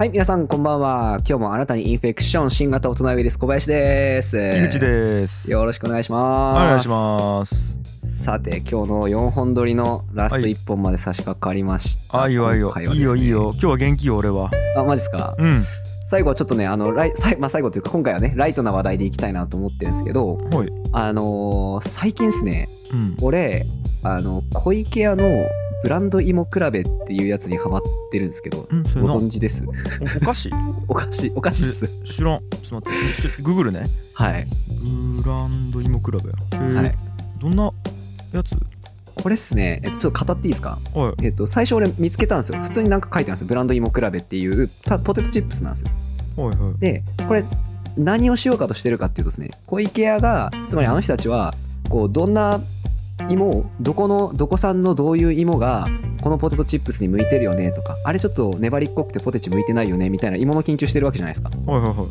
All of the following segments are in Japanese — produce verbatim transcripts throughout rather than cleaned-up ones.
はい、皆さんこんばんは。今日もあなたにインフェクション新型大人ウイルス小林です。 井口です。 よろしくお願いします。 お願いします。 さて今日のよんほん撮りのラストいっぽんまで差し掛かりました。 あ、いいよいいよ、ね、いいよいいよ。今日は元気よ俺は。 あ、マジですか。 うん。 最後はちょっとねあのライ、まあ、最後というか今回はねライトな話題でいきたいなと思ってるんですけど、 はい、 あのー、最近ですね、 うん、 俺あの小池屋のブランド芋比べっていうやつにハマってるんですけど、うん、ご存知です？ お菓子お菓子お菓子っす。 知らん。ちょっと待ってグーグルね。 はい。 ブランド芋比べ。はい。どんなやつ？ これっすね、えっと、ちょっと語っていいですか？ はい。 えっと、最初俺見つけたんですよ。普通になんか書いてあるんですよ。ブランド芋比べっていうポテトチップスなんですよ。 はいはい。 でこれ何をしようかとしてるかっていうとですね、小池屋がつまりあの人たちはこうどんな芋をどこのどこ産のどういう芋がこのポテトチップスに向いてるよねとか、あれちょっと粘りっこくてポテチ向いてないよねみたいな芋の研究してるわけじゃないですか。 はいはいはい。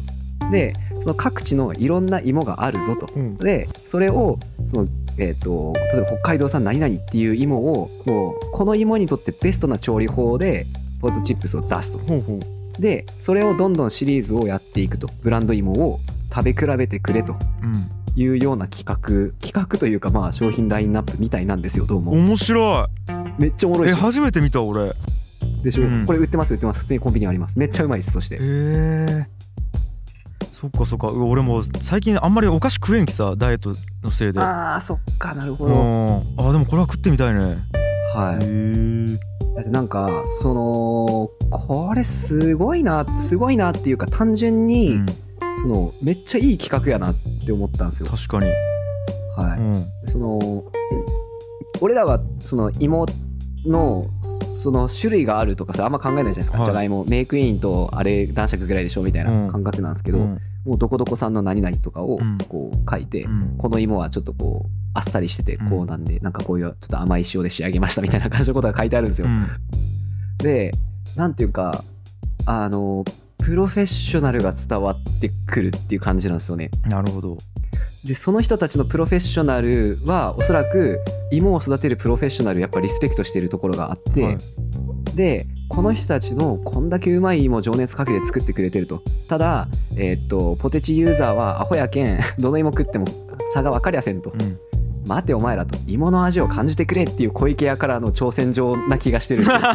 でその各地のいろんな芋があるぞと、うん、でそれをその、えーと、例えば北海道産何々っていう芋をもうこの芋にとってベストな調理法でポテトチップスを出すと。 ほうほう。 でそれをどんどんシリーズをやっていくと。ブランド芋を食べ比べてくれと、うんいうような企画企画というかまあ商品ラインナップみたいなんですよ。どうも面白い。 めっちゃおもろいし。 え初めて見た俺。 でしょ、うん、これ売ってます売ってます。普通にコンビニあります。めっちゃうまいです。そしてへえそっかそっか。俺も最近あんまりお菓子食えんきさ、ダイエットのせいで。 あーそっかなるほど。 あでもこれは食ってみたいね。 はい。 へえ。 だってなんかそのこれすごいなすごいなっていうか単純に、うん、そのめっちゃいい企画やなって思ったんですよ。 確かに。 はい、うん、その俺らはその芋のその種類があるとかさあんま考えないじゃないですか、はい、じゃがいもメイクインとあれ男爵ぐらいでしょみたいな感覚なんですけど、うん、もうどこどこ産の何々とかをこう書いて、うん、この芋はちょっとこうあっさりしててこうなんで、うん、なんかこういうちょっと甘い塩で仕上げましたみたいな感じのことが書いてあるんですよ、うん、でなんていうかあのプロフェッショナルが伝わってくるっていう感じなんですよね。 なるほど。 でその人たちのプロフェッショナルはおそらく芋を育てるプロフェッショナルやっぱリスペクトしているところがあって、はい、でこの人たちのこんだけうまい芋を情熱かけて作ってくれてると。ただ、えー、っとポテチユーザーはアホやけんどの芋食っても差が分かりやせんと、うん、待てお前らと芋の味を感じてくれっていう小池屋からの挑戦状な気がしてるんですよ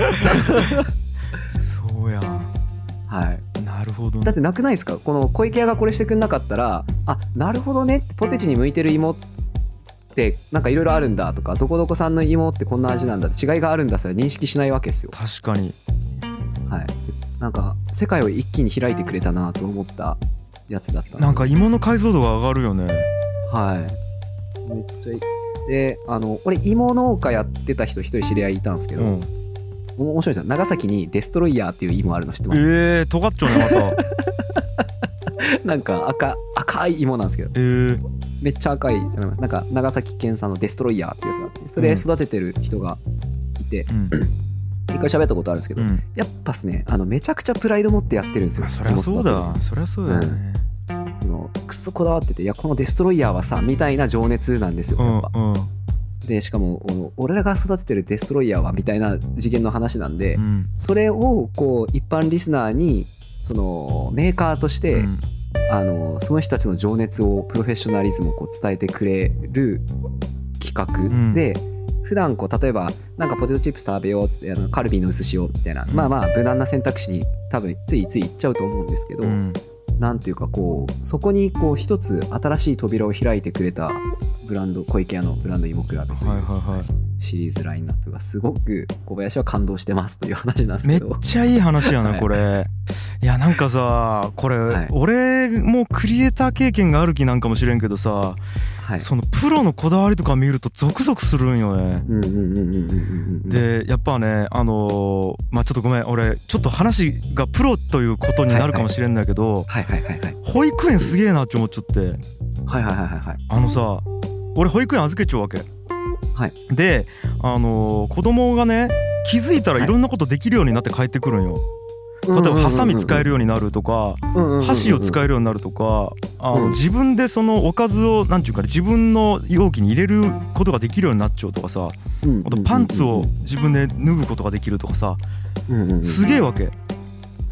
そうや。 はい、 なるほど、ね、 だってなくないですか。この小池屋がこれしてくんなかったらあなるほどねってポテチに向いてる芋ってなんかいろいろあるんだとかどこどこ産の芋ってこんな味なんだって違いがあるんだったら認識しないわけですよ。 確かに。 はい。なんか世界を一気に開いてくれたなと思ったやつだったんですよ。 なんか芋の解像度が上がるよね。 はいめっちゃいい。であの俺芋農家やってた人一人知り合いいたんですけど、うん面白いですよ。長崎にデストロイヤーっていう芋あるの知ってます？ えー、尖っちゃうねまたなんか赤赤い芋なんですけど、 えー、 めっちゃ赤いなんか長崎県産のデストロイヤーっていうやつがあってそれ育ててる人がいて、うん、一回喋ったことあるんですけど、うん、やっぱすねあのめちゃくちゃプライド持ってやってるんですよ。 そりゃそうだそりゃそうだよね、 うん、そのクソこだわってていやこのデストロイヤーはさみたいな情熱なんですよやっぱ、うんうんでしかも俺らが育ててるデストロイヤーはみたいな次元の話なんで、うん、それをこう一般リスナーにそのメーカーとして、うん、あのその人たちの情熱をプロフェッショナリズムをこう伝えてくれる企画、うん、で普段こう例えばなんかポテトチップス食べようっつってあのカルビーの薄塩みたいな、うん、まあまあ無難な選択肢に多分ついついいっちゃうと思うんですけど、うんなんていうかこうそこにこう一つ新しい扉を開いてくれたブランド小池屋のブランド芋比べというシリーズラインナップがすごく小林は感動してますという話なんですけどめっちゃいい話やなこれ、はい、いやなんかさこれ、はい、俺もクリエイター経験がある気なんかもしれんけどさ、はい、そのプロのこだわりとか見るとゾクゾクするんよね。でやっぱねあのー、まあちょっとごめん俺ちょっと話がプロということになるかもしれんだけど保育園すげえなって思っちゃってはいはいはいはいはいあのさ俺保育園預けちゃうわけ、 はい、 であのー、子供がね気づいたらいろんなことできるようになって帰ってくるんよ、はい例えばハサミ使えるようになるとか箸を使えるようになるとかあの自分でそのおかずをなんていうか自分の容器に入れることができるようになっちゃうとかさあとパンツを自分で脱ぐことができるとかさすげえわけ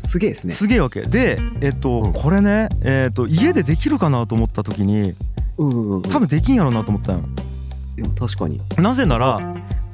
すげえですね。 すげえわけで、えっと、うん、これね、えっと、家でできるかなと思った時に、うんうんうん、多分できんやろうなと思ったんよ。 いや確かに。 なぜなら、はい、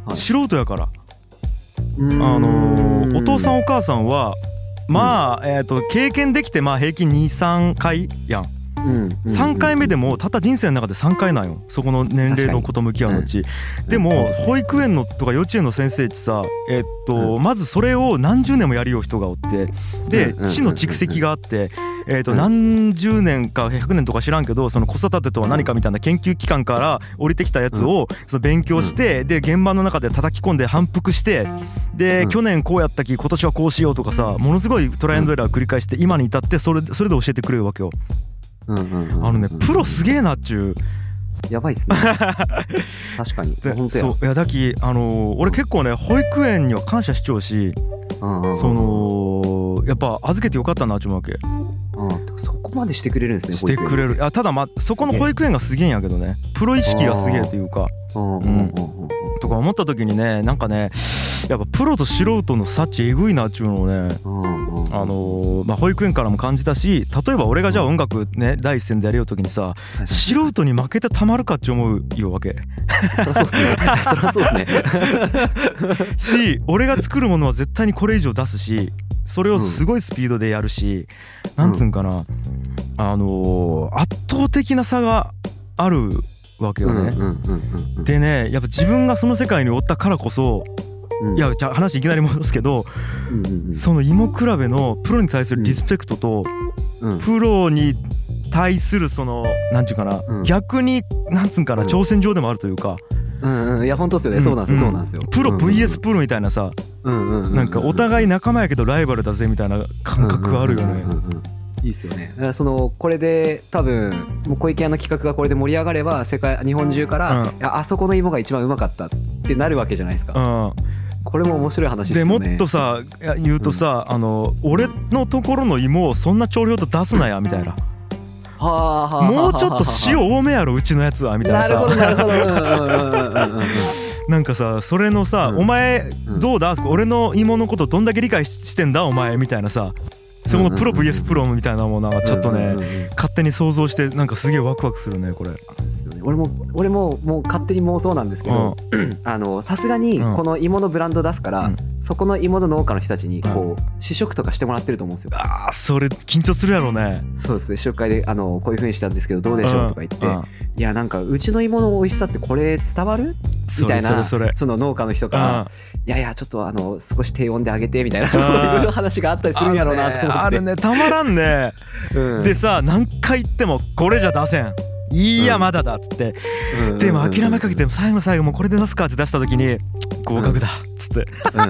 素人やから。あのー、お父さんお母さんはまあ、うん、えっと経験できてまあ平均にさんかいやん。うん、さんかいめでもたった人生の中でさんかいなんよ、そこの年齢の子と向き合うのうち、うん、でも保育園のとか幼稚園の先生ってさ、えっと、うん、まずそれを何十年もやりよう人がおって、で知の蓄積があって、えー、と何十年かひゃくねんとか知らんけど、その子育てとは何かみたいな研究機関から降りてきたやつをその勉強して、で現場の中で叩き込んで反復して、で去年こうやったき今年はこうしようとかさ、ものすごいトライアンドエラー繰り返して今に至ってそれそれで教えてくれるわけよ。あのね、プロすげえなっちゅう。 やばいっすね確かに本当や。 そういやだき、あのー、俺結構ね保育園には感謝しちゃうし、うんうんうん、そのやっぱ預けてよかったなっちゅうわけ。 うん、そこまでしてくれるんですね。 してくれる。あただ、ま、そこの保育園がすげえんやけどね、プロ意識がすげえというか、うんうん、とか思った時にね、なんかねやっぱプロと素人の差値えぐいなっちゅうのをね、あのーまあ、保育園からも感じたし、例えば俺がじゃあ音楽ね第一線でやりよう時にさ、素人に負けてたまるかって思うよわけそりゃそうっすねそりゃそうっすねし、俺が作るものは絶対にこれ以上出すし、それをすごいスピードでやるし、うん、なんつうんかな、あのー、圧倒的な差があるわけよね。でね、やっぱ自分がその世界におったからこそ、うん、いやじゃあ話いきなり戻すけど、うんうんうん、その芋比べのプロに対するリスペクトと、うん、プロに対するそのなんていうかな、うん、逆になんつうんかな、挑戦状でもあるというか、 うんうん、いや本当ですよね、うん、そうなんですよ、そうなんですよ。 プロ ブイエス プロみたいなさ、なんかお互い仲間やけどライバルだぜみたいな感覚があるよね。 いいっすよね。だからそのこれで多分もう小池屋の企画がこれで盛り上がれば、世界日本中から、うん、いやあそこの芋が一番うまかったってなるわけじゃないですか。うん、これも面白い話ですよね。 でもっとさ言うとさ、うん、あの俺のところの芋をそんな調料と出すなやみたいな。はあ、もうちょっと塩多めやろうちのやつはみたいなさ。なるほどなるほど。なんかさ、それのさ、うん、お前どうだ、うん、俺の芋のことどんだけ理解してんだお前みたいなさ、そのプロ ブイエス プロみたいなものがちょっとね勝手に想像して、なんかすげえワクワクするねこれ。 俺も俺ももう勝手に妄想なんですけど、あのさすがにこの芋のブランド出すから、うん、そこの芋の農家の人たちにこう、うん、試食とかしてもらってると思うんですよ。 ああ、それ緊張するやろうね。 そうですね、試食会であのこういう風にしたんですけどどうでしょうとか言って、うんうん、いやなんかうちの芋の美味しさってこれ伝わるみたいな、それそれその農家の人から、うん、いやいやちょっとあの少し低温で揚げてみたいな、いろいろ話があったりするんやろうなと思って。 あるね、たまらんね、うん、でさ何回言ってもこれじゃ出せん、いやまだだっつって、うん、でも諦めかけても最後の最後もうこれで出すかって出した時に合格だっつって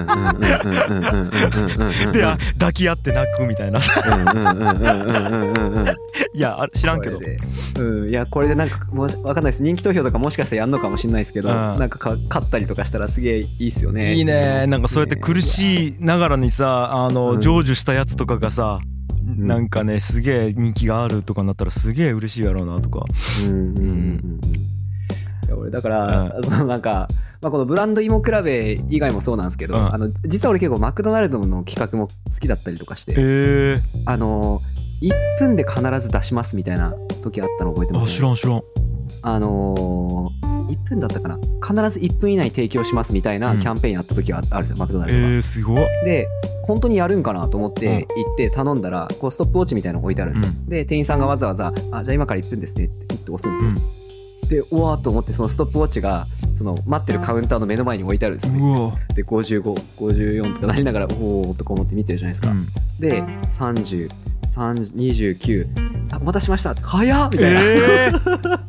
で抱き合って泣くみたいな。いや知らんけど、 うん、いやこれでなんかもし分かんないです、人気投票とかもしかしたらやんのかもしれないですけど、うん、なんかか勝ったりとかしたらすげえいいっすよね。 いいね、なんかそうやって苦しいながらにさ、あの、うん、成就したやつとかがさ、なんかねすげえ人気があるとかになったらすげえ嬉しいやろうなとか。うんうんうん、 いや俺だから、うん、そのなんか、まあ、このブランド芋比べ以外もそうなんですけど、うん、あの実は俺結構マクドナルドの企画も好きだったりとかして、えー、あのいっぷんで必ず出しますみたいな時あったの覚えてます？ あ、知らん知らん。 あのー、いっぷんだったかな、必ずいっぷん以内に提供しますみたいなキャンペーンやった時があるんですよ、うん、マクドナルドが。えー、すごい。で本当にやるんかなと思って行って頼んだら、こうストップウォッチみたいなの置いてあるんですよ、うん、で店員さんがわざわざあじゃあ今からいっぷんですねってピッと押すんですよ、うん、でうわーと思って、そのストップウォッチがその待ってるカウンターの目の前に置いてあるんですよね。でごじゅうご、ごじゅうよんとかなりながらおーとか思って見てるじゃないですか、うん、でさんじゅう、にじゅうきゅう、あお待たせしました早っみたいな、えー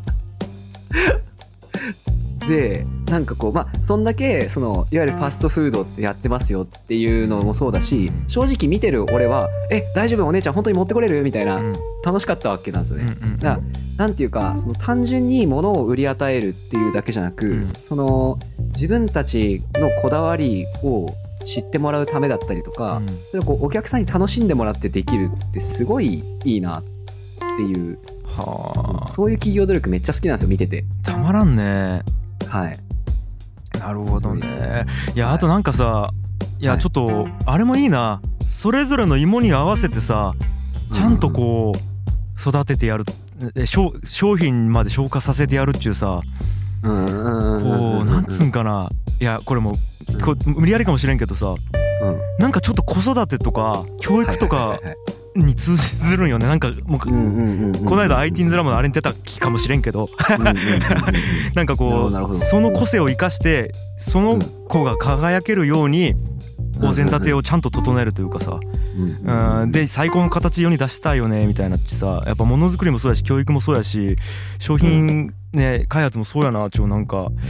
でなんかこうまあそんだけそのいわゆるファストフードってやってますよっていうのもそうだし、正直見てる俺はえ大丈夫お姉ちゃん本当に持ってこれるみたいな、うん、楽しかったわけなんですよね、うんうんうん、だからなんていうかその単純に物を売り与えるっていうだけじゃなく、うん、その自分たちのこだわりを知ってもらうためだったりとか、うん、それをこうお客さんに楽しんでもらってできるってすごいいいなっていう、はあ、そういう企業努力めっちゃ好きなんですよ見てて。 たまらんね。 はい、 なるほどね。いやあとなんかさ、いやちょっとあれもいいな、 それぞれの芋に合わせてさちゃんとこう育ててやる、商品まで消化させてやるっちゅうさ、こうなんつうんかな、いやこれもうこ無理やりかもしれんけどさ、なんかちょっと子育てとか教育とかに通ずるんよね。なんかもうこの間 アイティー ンズラムのあれに出た気かもしれんけどなんかこうその個性を生かしてその子が輝けるようにお膳立てをちゃんと整えるというかさ、うん、で最高の形世に出したいよねみたいなっちさ、やっぱものづくりもそうやし教育もそうやし商品ね開発もそうやなっちゅう、なんか、うん、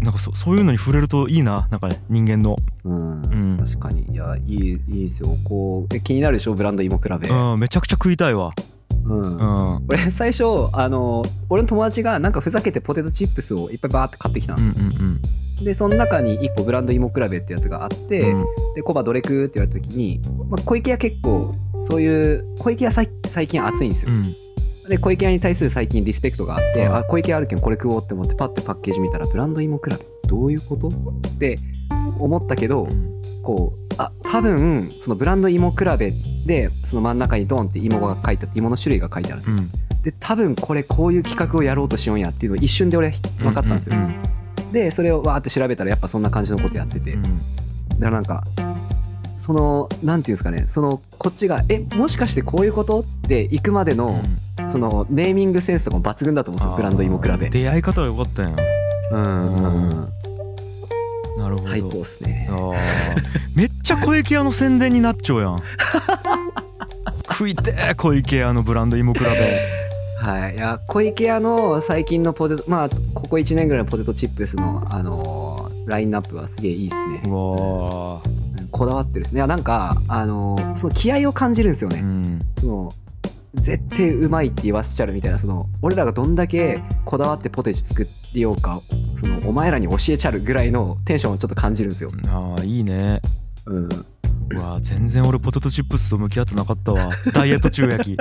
なんか そ, そういうのに触れるといいな、なんかね人間の、 うんうん、確かにいやいいいいですよ。こう気になるでしょブランド芋比べ、 うん、めちゃくちゃ食いたいわ。 うんうん、俺最初あの俺の友達がなんかふざけてポテトチップスをいっぱいバーって買ってきたんですよ、うんうんうん、でその中にいっこブランド芋比べってやつがあって、うん、でコバどれ食うって言われた時に、まあ、小池屋結構そういう小池屋最近熱いんですよ、うん、で小池屋に対する最近リスペクトがあって、うん、あ小池屋あるけんこれ食おうって思ってパッてパッケージ見たらブランド芋比べどういうことって思ったけど、うん、こうあ多分そのブランド芋比べでその真ん中にドンって芋が書いてあって芋の種類が書いてあるんですよ、うん、で多分これこういう企画をやろうとしようんやっていうのを一瞬で俺分かったんですよ、うんうんうん、でそれをわーって調べたらやっぱそんな感じのことやってて、うん、だからなんかそのなんていうんですかね、そのこっちがえもしかしてこういうことって行くまでの、うん、そのネーミングセンスとかも抜群だと思うんですよブランド芋比べ。 出会い方は良かったやん。うんうんうんなるほど最高っすね。 あめっちゃ小池屋の宣伝になっちゃうやん食いてー小池屋のブランド芋比べはい、いや小池屋の最近のポテトまあここいちねんぐらいのポテトチップスの、あのー、ラインナップはすげえいいっすね。うわこだわってるですね。いやなんか、あのー、その気合を感じるんですよね、うん、その絶対うまいって言わせちゃうみたいな、その俺らがどんだけこだわってポテチ作りようかそのお前らに教えちゃるぐらいのテンションをちょっと感じるんですよ。 ああいいね。うんうわ全然俺ポテトチップスと向き合ってなかったわダイエット中焼きい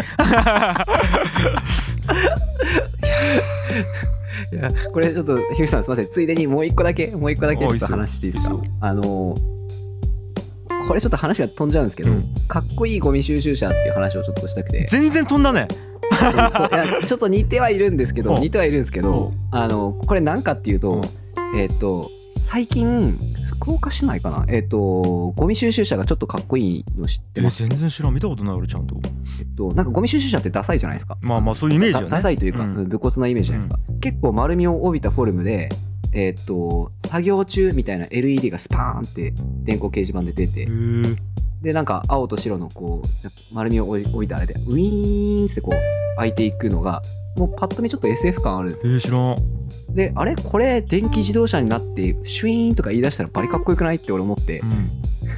やこれちょっとひびさんすいませんついでにもう一個だけもう一個だけちょっと話していいですか。あのこれちょっと話が飛んじゃうんですけど、うん、かっこいいゴミ収集車っていう話をちょっとしたくて。 全然飛んだねいやちょっと似てはいるんですけど似てはいるんですけどあのこれ何かっていうとえっと最近福岡市内かなえっとゴミ収集車がちょっとかっこいいの知ってます？ 全然知らん見たことない俺ちゃんと。 えっとなんかゴミ収集車ってダサいじゃないですか。 まあまあそういうイメージよね。 ダサいというか、うん、武骨なイメージじゃないですか、うん、結構丸みを帯びたフォルムでえっと作業中みたいな エルイーディー がスパーンって電光掲示板で出てでなんか青と白のこう丸みを置いたあれでウィーンってこう開いていくのがもうパッと見ちょっと エスエフ 感あるんですよ。 えー、知らん。 であれこれ電気自動車になってシュイーンとか言い出したらバリかっこよくないって俺思って、うん、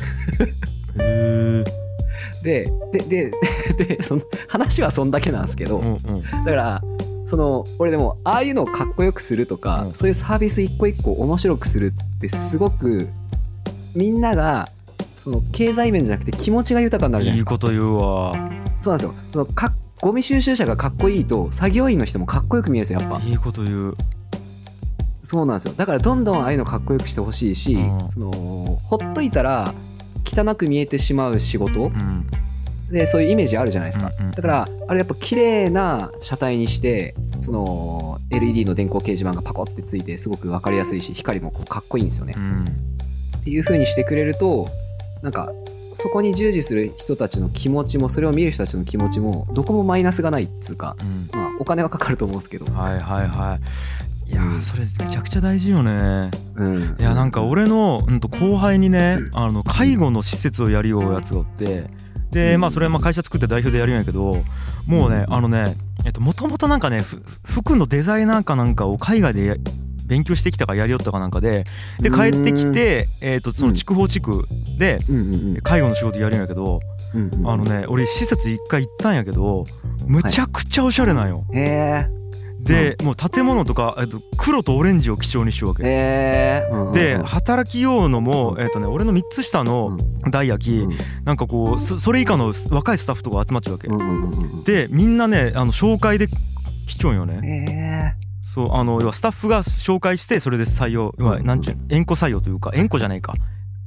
へででででその話はそんだけなんですけど、うんうん、だからその俺でもああいうのをかっこよくするとか、うん、そういうサービス一個一個面白くするってすごくみんながその経済面じゃなくて気持ちが豊かになるじゃないですか。 いいこと言うわ。 そうなんですよ。そのかゴミ収集車がかっこいいと作業員の人もかっこよく見えるんですよやっぱ。 いいこと言う。 そうなんですよ。だからどんどんああいうのかっこよくしてほしいし、うん、そのほっといたら汚く見えてしまう仕事、うん、でそういうイメージあるじゃないですか、うんうん、だからあれやっぱ綺麗な車体にしてその エルイーディー の電光掲示板がパコってついてすごく分かりやすいし光もこうかっこいいんですよね、うん、っていう風にしてくれるとなんかそこに従事する人たちの気持ちもそれを見る人たちの気持ちもどこもマイナスがないっつうか、うん、まあお金はかかると思うんですけど、 はいはいはいいやそれめちゃくちゃ大事よね、うん、いやなんか俺の、うん、と後輩にねあの介護の施設をやるようやつがおってでまあそれはまあ会社作って代表でやるんやけどもうねあのねえっともともとなんかね服のデザイナーかなんかを海外でや勉強してきたかやりよったかなんかでで帰ってきてえっとその筑豊地区で介護の仕事やるんやけどあのね俺施設一回行ったんやけどむちゃくちゃおしゃれなんよ。へーで、うん、もう建物とか、えっと、黒とオレンジを基調にしようわけ、えーうんうんうん、で働き用のも、えっとね、俺のみっつ下の大焼き、うん、なんかこう そ, それ以下の若いスタッフとか集まっちゃうわけ、うんうんうん、でみんなねあの紹介で来ちゃうんよね、えー、そうあの要はスタッフが紹介してそれで採用要はなんちゅう縁故採用というか縁故じゃないか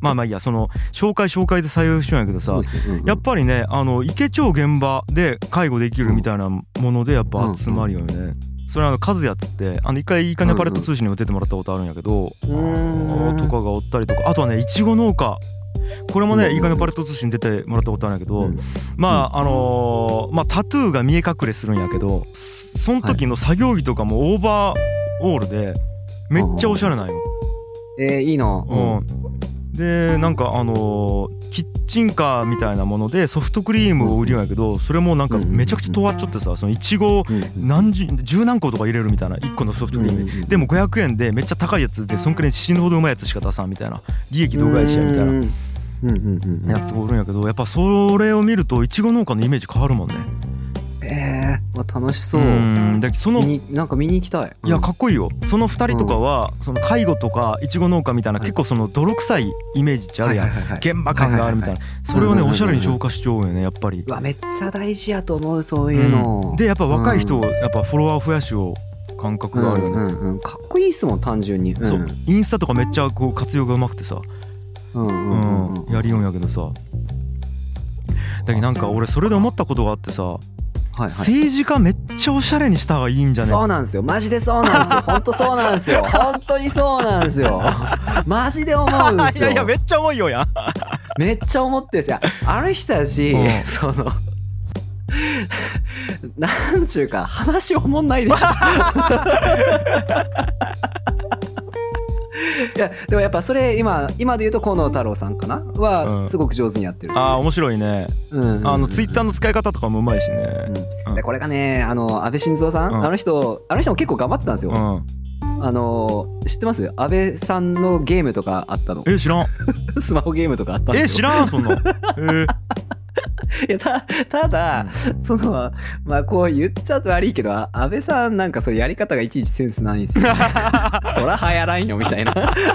まあまあいいや、その紹介紹介で採用しちゃうんやけどさ、ねうんうん、やっぱりねあの池町現場で介護できるみたいなものでやっぱ集まるよね、うんうん、それはあの和也っつってあの一回いいかねパレット通信にも出てもらったことあるんやけど、うんうん、とかがおったりとか、あとはねいちご農家、これもねいいかねパレット通信に出てもらったことあるんやけど、うん、まああのー、まあタトゥーが見え隠れするんやけど、その時の作業着とかもオーバーオールでめっちゃおしゃれなんよ。 えー、いいな、 うん、でなんかあのー、キッチンカーみたいなものでソフトクリームを売りよんやけど、それもなんかめちゃくちゃとわっちゃってさ、そのいちご何十十何個とか入れるみたいな、いっこのソフトクリームでもごひゃくえんでめっちゃ高いやつで、そんくらい死ぬほどうまいやつしか出さんみたいな、利益度外視やみたいなやつがおるんやけど、やっぱそれを見るといちご農家のイメージ変わるもんね。 えー、まあ、楽しそう。うんだそのなんか見に行きたい。 いやかっこいいよ。そのふたりとかは、うん、その介護とかいちご農家みたいな、はい、結構その泥臭いイメージってあるやん、はいはいはい、現場感があるみたいな、はいはいはい、それをね、うんうんうんうん、おしゃれに浄化しちゃうよねやっぱり。 うわめっちゃ大事やと思うそういうの、 うん、でやっぱ若い人をやっぱフォロワー増やしよう感覚があるよね、 うんうんうん、かっこいいっすもん単純に、うん、 そうインスタとかめっちゃこう活用がうまくてさ、うんうんうんうん、やりよんやけどさ、だけどなんか俺それで思ったことがあってさ、はいはい、政治家めっちゃおしゃれにした方がいいんじゃね。 そうなんですよ、マジでそうなんですよ本当そうなんですよ本当にそうなんですよマジで思うんですよ。 いやいやめっちゃ重いよやめっちゃ思ってるんですよ。あの人たち、うん、そのなんちゅうか話おもんないでしょいやでもやっぱそれ今今で言うと河野太郎さんかなはすごく上手にやってる、ね、 うん、あー面白いね、うんうんうん、あのツイッターの使い方とかもうまいしね、 うん、でこれがねあの安倍晋三さん、うん、あの人あの人も結構頑張ってたんですよ、うん、あの知ってます？安倍さんのゲームとかあったの。 え知らんスマホゲームとかあったんですよ。 え知らんそんなえーいや た, ただ、うん、そのまあこう言っちゃうと悪いけど安倍さんなんかそういうやり方がいちいちセンスないんですよ、ね、そら流行らんよみたい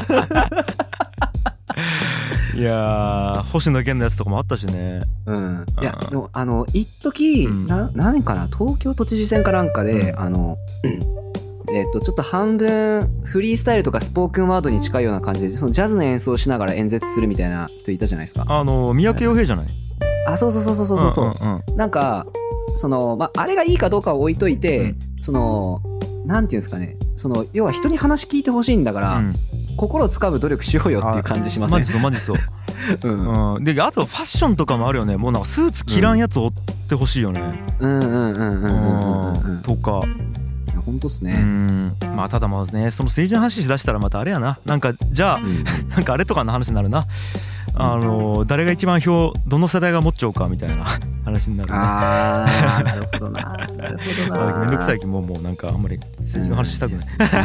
ないやー星野源のやつとかもあったしね。 うんいやでもあの一時、うん、な何かな東京都知事選かなんかで、うん、あのえー、とちょっと半分フリースタイルとかスポークンワードに近いような感じでそのジャズの演奏をしながら演説するみたいな人いたじゃないですか。 あの三宅洋平じゃない？ あそうそうそうそうそうそう、うんうんうん、なんかその、まあ、あれがいいかどうかを置いといて、うん、そのなんていうんですかねその要は人に話聞いてほしいんだから、うん、心をつかむ努力しようよっていう感じしません？ マジそうマジそう、うんうん、であとファッションとかもあるよね。もうなんかスーツ着らんやつ追ってほしいよね。 うんうんうんうんうんうんとか本当っすね。 うんまあただまあねその政治の話しだしたらまたあれやななんかじゃあ、うん、なんかあれとかの話になるな。あの誰が一番票どの世代が持っちゃおうかみたいな話になるね。 ああなるほどななるほどな。 めんどくさいきももうなんかあんまり政治の話したく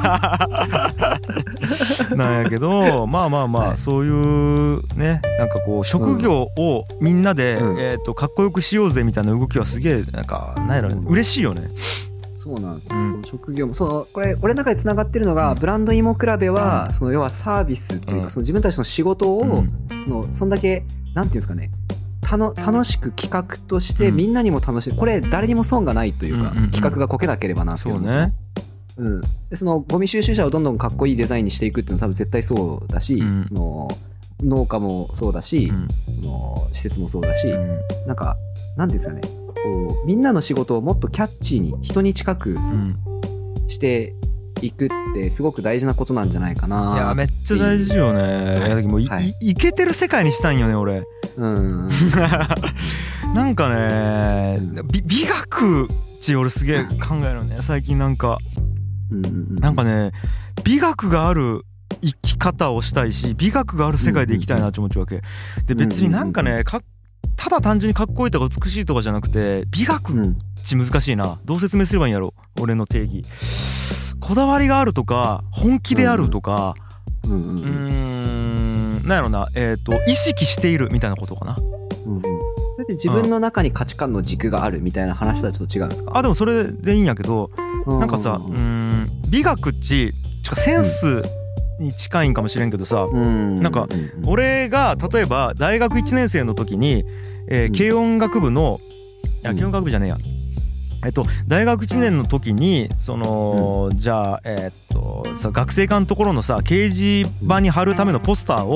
ないなんやけどまあまあまあ、はい、そういうねなんかこう職業をみんなで、うん、えーとかっこよくしようぜみたいな動きはすげえなんかなんやろ嬉しいよね。 そうなんですよ、うん、職業もそのこれ俺の中でつながってるのが、うん、ブランド芋比べは、うん、その要はサービスというか、うん、その自分たちの仕事を、うん、そのそんだけなんていうんですかねたの楽しく企画としてみんなにも楽しいこれ誰にも損がないというか、うんうんうん、企画がこけなければなっていうのと、そうねうん、でそのゴミ収集車をどんどんかっこいいデザインにしていくっていうのは多分絶対そうだし、うん、その農家もそうだし、うん、その施設もそうだし、うん、なんかなんですかねこうみんなの仕事をもっとキャッチーに人に近くしていくってすごく大事なことなんじゃないかな。 いやめっちゃ大事よね、はい、いやもう い,、はい、いけてる世界にしたいんよね俺、うん、なんかね美, 美学って俺すげえ考えるね最近なんか、うん、なんかね美学がある生き方をしたいし美学がある世界で生きたいなって思っちゃうわけで別になんかねかただ単純にかっこいいとか美しいとかじゃなくて美学って難しいな、うん、どう説明すればいいんやろ俺の定義こだわりがあるとか本気であるとか、うん、うーんなんやろなえっ、ー、と意識しているみたいなことかな、 うんうん、それで自分の中に価値観の軸があるみたいな話とはちょっと違うんですか？ あでもそれでいいんやけどなんかさうーん美学っちちかセンスに近いんかもしれんけどさ、うん、なんか俺が例えば大学いちねん生の時に、えー、軽音楽部のいや軽音楽部じゃねえやえっと大学いちねんの時にその、うん、じゃあえー、っとさ学生館のところのさ掲示板に貼るためのポスターを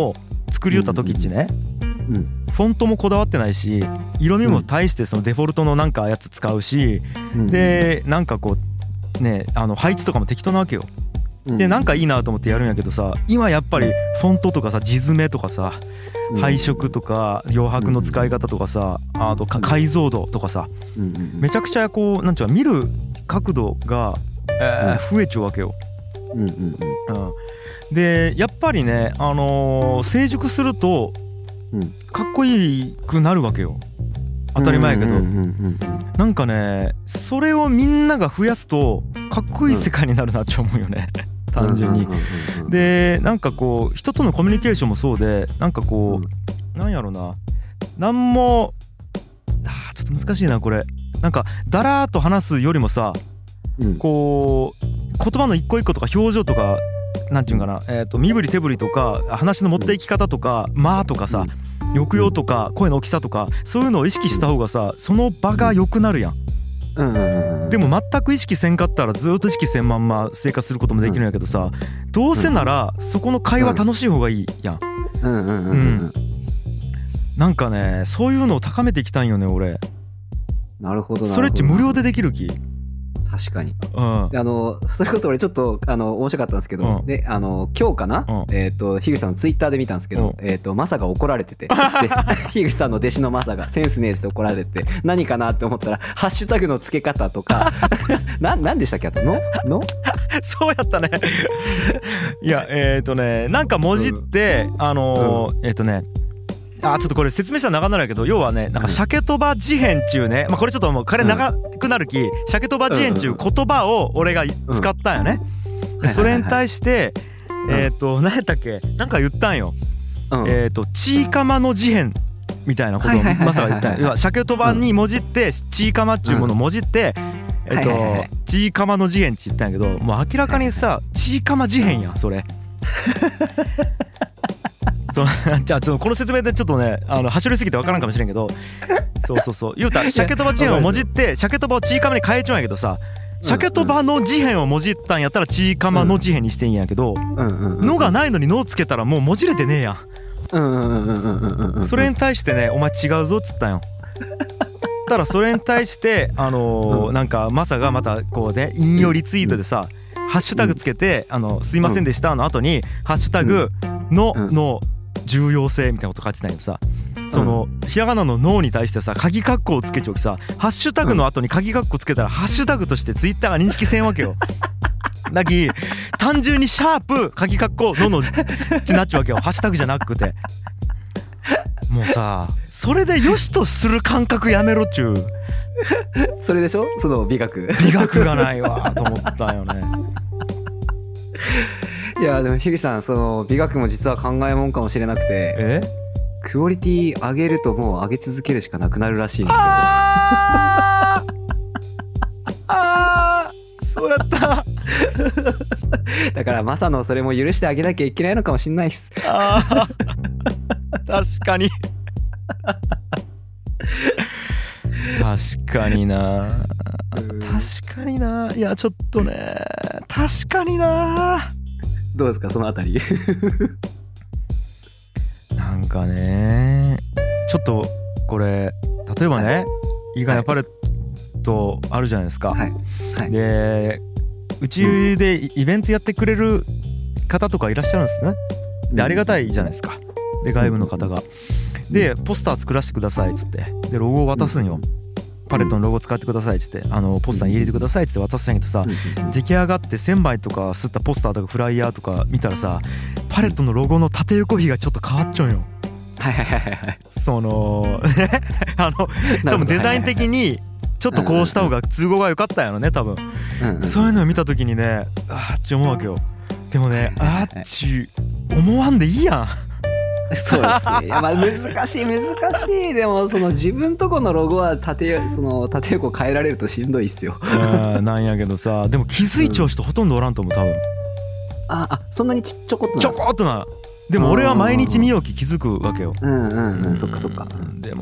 作りよった時っちね、うんうん、フォントもこだわってないし色味も大してそのデフォルトのなんかやつ使うし、うん、でなんかこうねあの配置とかも適当なわけよ。でなんかいいなと思ってやるんやけどさ、今やっぱりフォントとかさ字詰めとかさ配色とか余白の使い方とかさ、あと解像度とかさ、めちゃくちゃこうなんちゅうか見る角度が、えー、増えちゃうわけよ。うんうんうん、でやっぱりね、あのー、成熟するとかっこいいくなるわけよ。当たり前やけど、なんかねそれをみんなが増やすとかっこいい世界になるなって思うよね単純に。でなんかこう人とのコミュニケーションもそうで、なんかこうなんやろな、なんもあちょっと難しいなこれ。なんかだらーっと話すよりもさ、こう言葉の一個一個とか表情とかなんていうんかな、えーと身振り手振りとか話の持っていき方とか間とかさ抑揚とか声の大きさとかそういうのを意識した方がさ、その場が良くなるやん。でも全く意識せんかったらずっと意識せんまんま生活することもできるんやけどさ、どうせならそこの会話楽しい方がいいやん。うんなんかねそういうのを高めていきたいんよね俺。 なるほどなるほど。 それっち無料でできるき。 確かに、うん、であのそれこそ俺ちょっとあの面白かったんですけど、うん、であの今日かな、うん、えっ、ー、と樋口さんのツイッターで見たんですけど、うん、えっ、ー、とマサが怒られててで樋口さんの弟子のマサがセンスねえって怒られてて何かなって思ったらハッシュタグの付け方とかな何でしたっけあとののそうやったねいやえっ、ー、とねなんか文字って、うん、あのーうん、えっ、ー、とねあちょっとこれ説明したら長くなるんやけど、要はねなんか鮭とば事変っちゅうね、まあ、これちょっともう彼長くなるき鮭とば事変っちゅう言葉を俺が使ったんよね。でそれに対してえっと何やったっけなんか言ったんよ。えっとちいかまの事変みたいなことをまさか言ったんよ。要は鮭とばにもじってちいかまっちゅうものをもじってえっとちいかまの事変って言ったんやけど、もう明らかにさちいかま事変やんそれそじゃあちょっとこの説明でちょっとねあの走りすぎて分からんかもしれんけどそうそうそう言うたら鮭とば事変をもじって鮭とばをちいかまに変えちゃうんやけどさ、鮭とばの事変をもじったんやったらちいかまの事変にしていいんやけど、のがないのにのつけたらもうもじれてねえやん。それに対してねお前違うぞっつったんよ。ただそれに対してあのー、なんかマサがまたこうね引用リツイートでさハッシュタグつけてあのすいませんでしたの後にハッシュタグのの重要性みたいなこと書いてたんやけどさ、そのひらがなののに対してさ鍵括弧をつけちゃうきさ、ハッシュタグの後に鍵括弧つけたらハッシュタグとしてツイッターが認識せんわけよ。だき単純にシャープ鍵括弧ののってなっちゃうわけよ、ハッシュタグじゃなくて。もうさそれでよしとする感覚やめろっちゅう。 それでしょその美学美学がないわと思ったよね。 いやでも樋口さんその美学も実は考えもんかもしれなくて、 えクオリティ上げるともう上げ続けるしかなくなるらしいんですよ。 ああそうやっただからマサのそれも許してあげなきゃいけないのかもしんないっす。 あ確かに確かにな確かにないやちょっとね確かにな。 どうですかそのあたりなんかねちょっとこれ例えばね、はい、イガヤパレットあるじゃないですか、はいはい、でうちでイベントやってくれる方とかいらっしゃるんですね。でありがたいじゃないですか。で外部の方がでポスター作らせてくださいっつってでロゴを渡すんよ。パレットのロゴ使ってくださいっつってあのポスターに入れてくださいっつって渡すんやけどさ、出来上がってせんまいとか刷ったポスターとかフライヤーとか見たらさパレットのロゴの縦横比がちょっと変わっちゃうよ。 はいはいはいはい。 そのあの多分デザイン的にちょっとこうした方が都合が良かったんやろね多分、うんうん、そういうのを見た時にねあっち思うわけよ。でもねあっち思わんでいいやん。 そうですね。いやまあ難しい難しい。でもその自分とこのロゴは縦その縦横変えられるとしんどいっすよ。 なんやけどさでも気づいちゃう人ほとんどおらんと思う多分。 ああそんなにちっちょこっとなちょこっとな。でも俺は毎日見ようき気づくわけよ。 うんうんうんそっかそっか。 でもね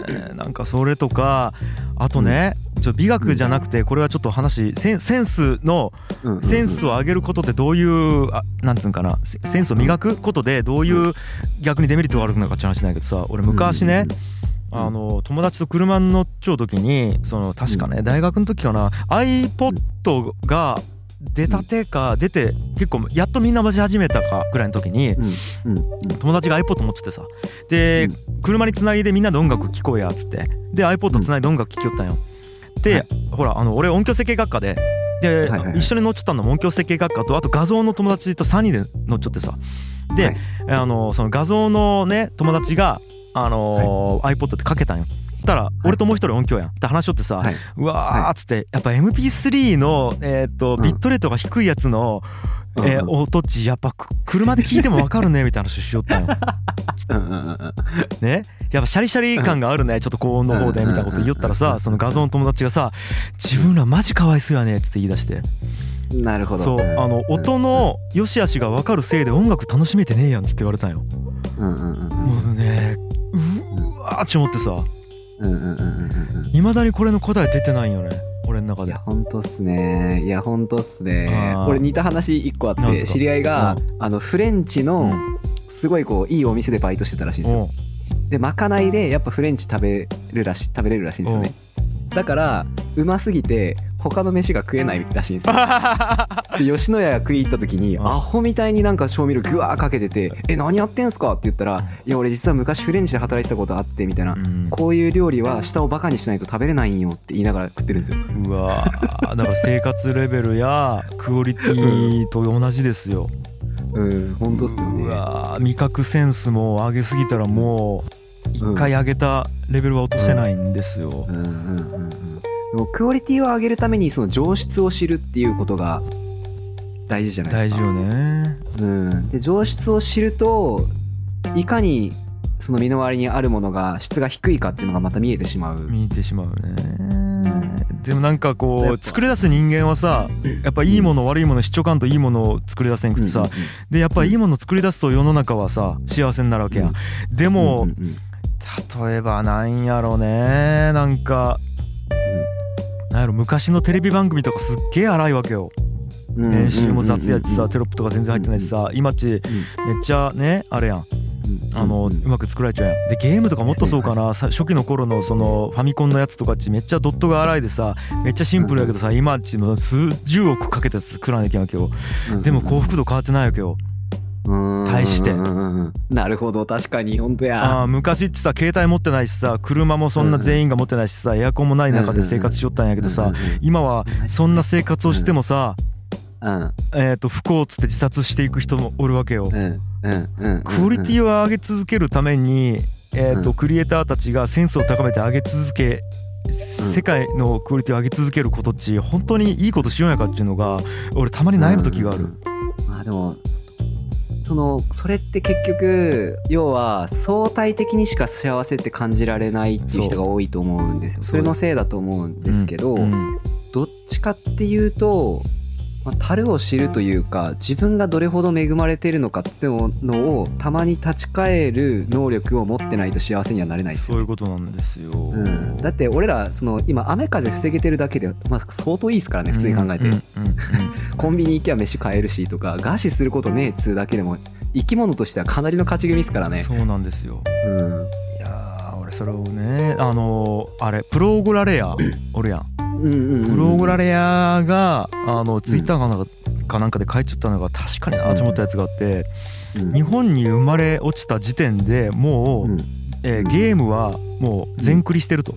ね。なんかそれとかあとね、うん、ちょ美学じゃなくてこれはちょっと話セン、センスのセンスを上げることってどういうあなんつうんかなセンスを磨くことでどういう逆にデメリットがあるのかって話ないけどさ、俺昔ねあの友達と車に乗っちゃう時にその確かね大学の時かな iPod が出たてか出て結構やっとみんな待ち始めたかぐらいの時に友達が iPod 持っててさ、で車につないでみんなで音楽聴こうやっつってで iPod つないで音楽聴きよったんよ。でほらあの俺音響設計学科でで一緒に乗っちゃったのも音響設計学科とあと画像の友達とさんにんで乗っちゃってさ、であのその画像のね友達があのー、iPod ってかけたんよ。たら俺ともう一人音響やんって話しとってさ、はい、うわーっつってやっぱ エムピースリー の、えー、とビットレートが低いやつの、うんえー、音っちやっぱ車で聞いても分かるねみたいな話しよったんよね、やっぱシャリシャリ感があるねちょっと高音の方でみたいなこと言おったらさ、その画像の友達がさ自分らマジかわいそうやねっつって言い出して、 なるほど、 そうあの音の良し悪しが分かるせいで音楽楽しめてねえやんっつって言われたんよ。もうねうわーって思ってさ、いまだにこれの答え出てないよね俺の中で。 いやほんとっすね。いやほんとっすね。俺似た話一個あって、知り合いが、うん、あのフレンチのすごいこういいお店でバイトしてたらしいんですよ。でまかないでやっぱフレンチ食べるらし食べれるらしいんですよね。だからうますぎて他の飯が食えないらしいんですよで吉野家食い行った時にアホみたいになんか調味料グワーかけててえ何やってんすかって言ったら、いや俺実は昔フレンチで働いてたことあってみたいな、うん、こういう料理は舌をバカにしないと食べれないんよって言いながら食ってるんですよ。 うわーだから生活レベルやクオリティと同じですよ。 うん本当っすよね。 うわ味覚センスも上げすぎたらもう一回上げたレベルは落とせないんですよ。うんうんうんうんでもクオリティを上げるためにその上質を知るっていうことが大事じゃないですか。 大事よね。 うん、で上質を知るといかにその身の回りにあるものが質が低いかっていうのがまた見えてしまう。 見えてしまうね、うん、でもなんかこう作り出す人間はさやっぱいいもの悪いもの知っちょかんといいものを作り出せんくてさ、うんうんうん、でやっぱいいもの作り出すと世の中はさ幸せになるわけや、うん、でも、うんうんうん、例えばなんやろねなんかなんやろ昔のテレビ番組とかすっげえ荒いわけよ。編集も雑やってさテロップとか全然入ってないしさ今っちめっちゃねあれやんあのうまく作られちゃうやん。でゲームとかもっとそうかな初期の頃のそのファミコンのやつとかっちめっちゃドットが荒いでさめっちゃシンプルやけどさ今っちも数十億かけて作らなきゃいけんわけよ。でも幸福度変わってないわけよ対してなるほど確かに本当や。 あ昔ってさ携帯持ってないしさ車もそんな全員が持ってないしさエアコンもない中で生活しよったんやけどさ今はそんな生活をしてもさえと不幸っつって自殺していく人もおるわけよ。クオリティを上げ続けるためにえとクリエイターたちがセンスを高めて上げ続け世界のクオリティを上げ続けることっち本当にいいことしようやかっていうのが俺たまに悩む時がある。 まあでもそのそれって結局要は相対的にしか幸せって感じられないっていう人が多いと思うんですよ。それのせいだと思うんですけど、うんうん、どっちかっていうと、まあ、樽を知るというか自分がどれほど恵まれているのかっていうのをたまに立ち返る能力を持ってないと幸せにはなれないですよ、ね、 そういうことなんですよ、うん、だって俺らその今雨風防げてるだけで、まあ、相当いいですからね普通に考えて、うんうんうん、コンビニ行きゃ飯買えるしとか餓死することねえっつうだけでも生き物としてはかなりの勝ち組ですからね。 そうなんですよ、うん、いや俺それをねあのあれプログラレアおるやん、うんうんうんうん、プログラレアがあのツイッターかなんか、うん、かなんかで書いちゃったのが確かになと思ったやつがあって、うん、日本に生まれ落ちた時点でもう、うんえー、ゲームはもう全クリしてると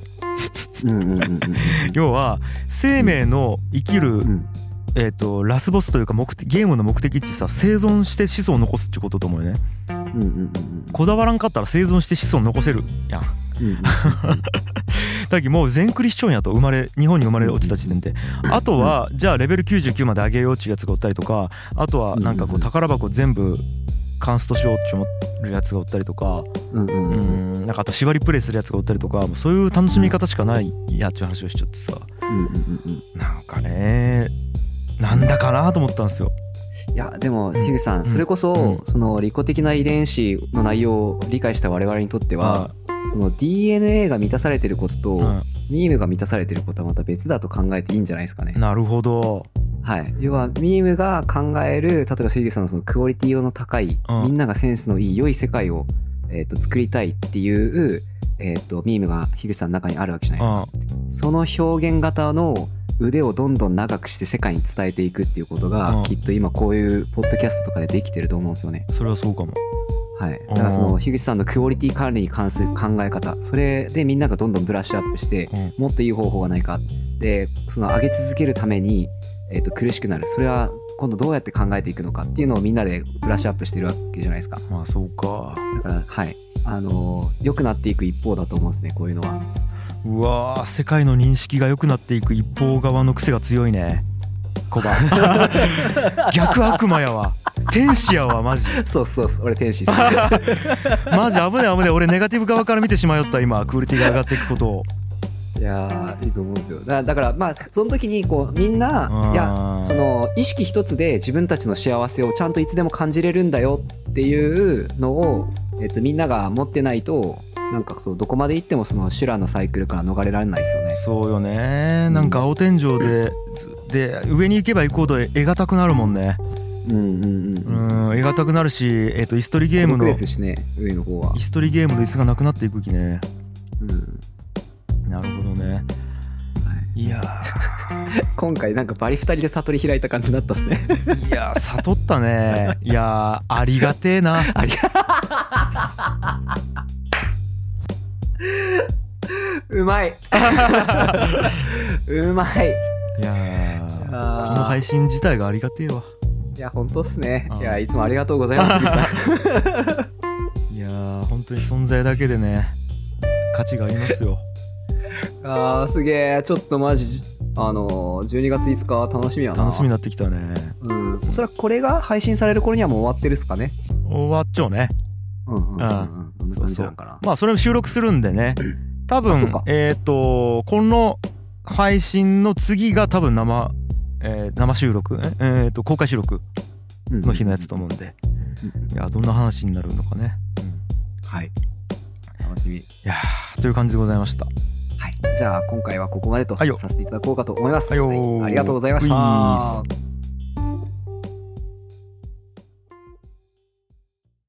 要は生命の生きる、うんえー、とラスボスというか目的ゲームの目的ってさ生存して子孫を残すってことと思うよね、うんうんうん、こだわらんかったら生存して子孫残せるやん、うんうんうん、だけどもう全クリしちょんやと生まれ日本に生まれ落ちた時点で、あとはじゃあレベルきゅうじゅうきゅうまで上げようっていうやつがおったりとか、あとはなんかこう宝箱全部カンストしようって思るやつがおったりとか、うんうんうん、なんかあと縛りプレイするやつがおったりとか、もうそういう楽しみ方しかないやっていう話をしちゃってさ、うんうんうん、なんかねなんだかなと思ったんですよ。 いやでも樋口さん、うん、それこそ、うん、その利己的な遺伝子の内容を理解した我々にとっては、 その ディーエヌエー が満たされてることと、うん、ミームが満たされてることはまた別だと考えていいんじゃないですかね。 なるほど。 はい、要はミームが考える、例えば関口さんのそのクオリティの高い、うん、みんながセンスのいい良い世界を、えー、と作りたいっていう、えー、とミームが樋口さんの中にあるわけじゃないですか、うん、その表現型の腕をどんどん長くして世界に伝えていくっていうことが、うん、きっと今こういうポッドキャストとかでできてると思うんですよね。 それはそうかも。 はい、だからその樋口さんのクオリティ管理に関する考え方、それでみんながどんどんブラッシュアップして、うん、もっといい方法がないかで、その上げ続けるために、えー、と苦しくなる、それは今度どうやって考えていくのかっていうのをみんなでブラッシュアップしてるわけじゃないですか。 まあそうか。 だからはいあのー、良くなっていく一方だと思うんですね、こういうのは。 うわー、世界の認識が良くなっていく一方側の癖が強いね、コバ。逆悪魔やわ、天使やわマジ。 そうそうそう、俺天使っす。 マジ危ねえ危ねえ、俺ネガティブ側から見てしまいよった今、クオリティが上がっていくことを。 いやいいと思うんですよ。だ, だからまあその時にこうみんないやその意識一つで自分たちの幸せをちゃんといつでも感じれるんだよっていうのを、えっと、みんなが持ってないと、なんかそうどこまで行ってもその修羅のサイクルから逃れられないですよね。 そうよね、なんか青天井で、うん、で上に行けば行くほど得がたくなるもんね。 うんうんうん、 うん、得がたくなるし、えっと、イストリゲームのですしね、上の方はイストリゲームの椅子がなくなっていくきね。 うんなるほどね、はい、いや今回なんかバリふたりで悟り開いた感じだったっすね。 いや悟ったね。いやありがてえな。ありがうまいうまい。 いやこの配信自体がありがてえわ。 いや本当っすね。いやいつもありがとうございます。 いや本当に存在だけでね価値がありますよ。 あーすげえ、ちょっとマジあのじゅうにがついつか楽しみやな。 楽しみになってきたね。 うん、おそらくこれが配信される頃にはもう終わってるっすかね。 終わっちゃうね。 うんうんうんうん、そんな感じなんかな。 まあそれも収録するんでね、多分えっとこの配信の次が多分生、えー、生収録えっと公開収録の日のやつと思うんで、いやどんな話になるのかね、 うん、はい楽しみ。いやという感じでございました。 はい、じゃあ今回はここまでとさせていただこうかと思います。 はい、 はい、ありがとうございました。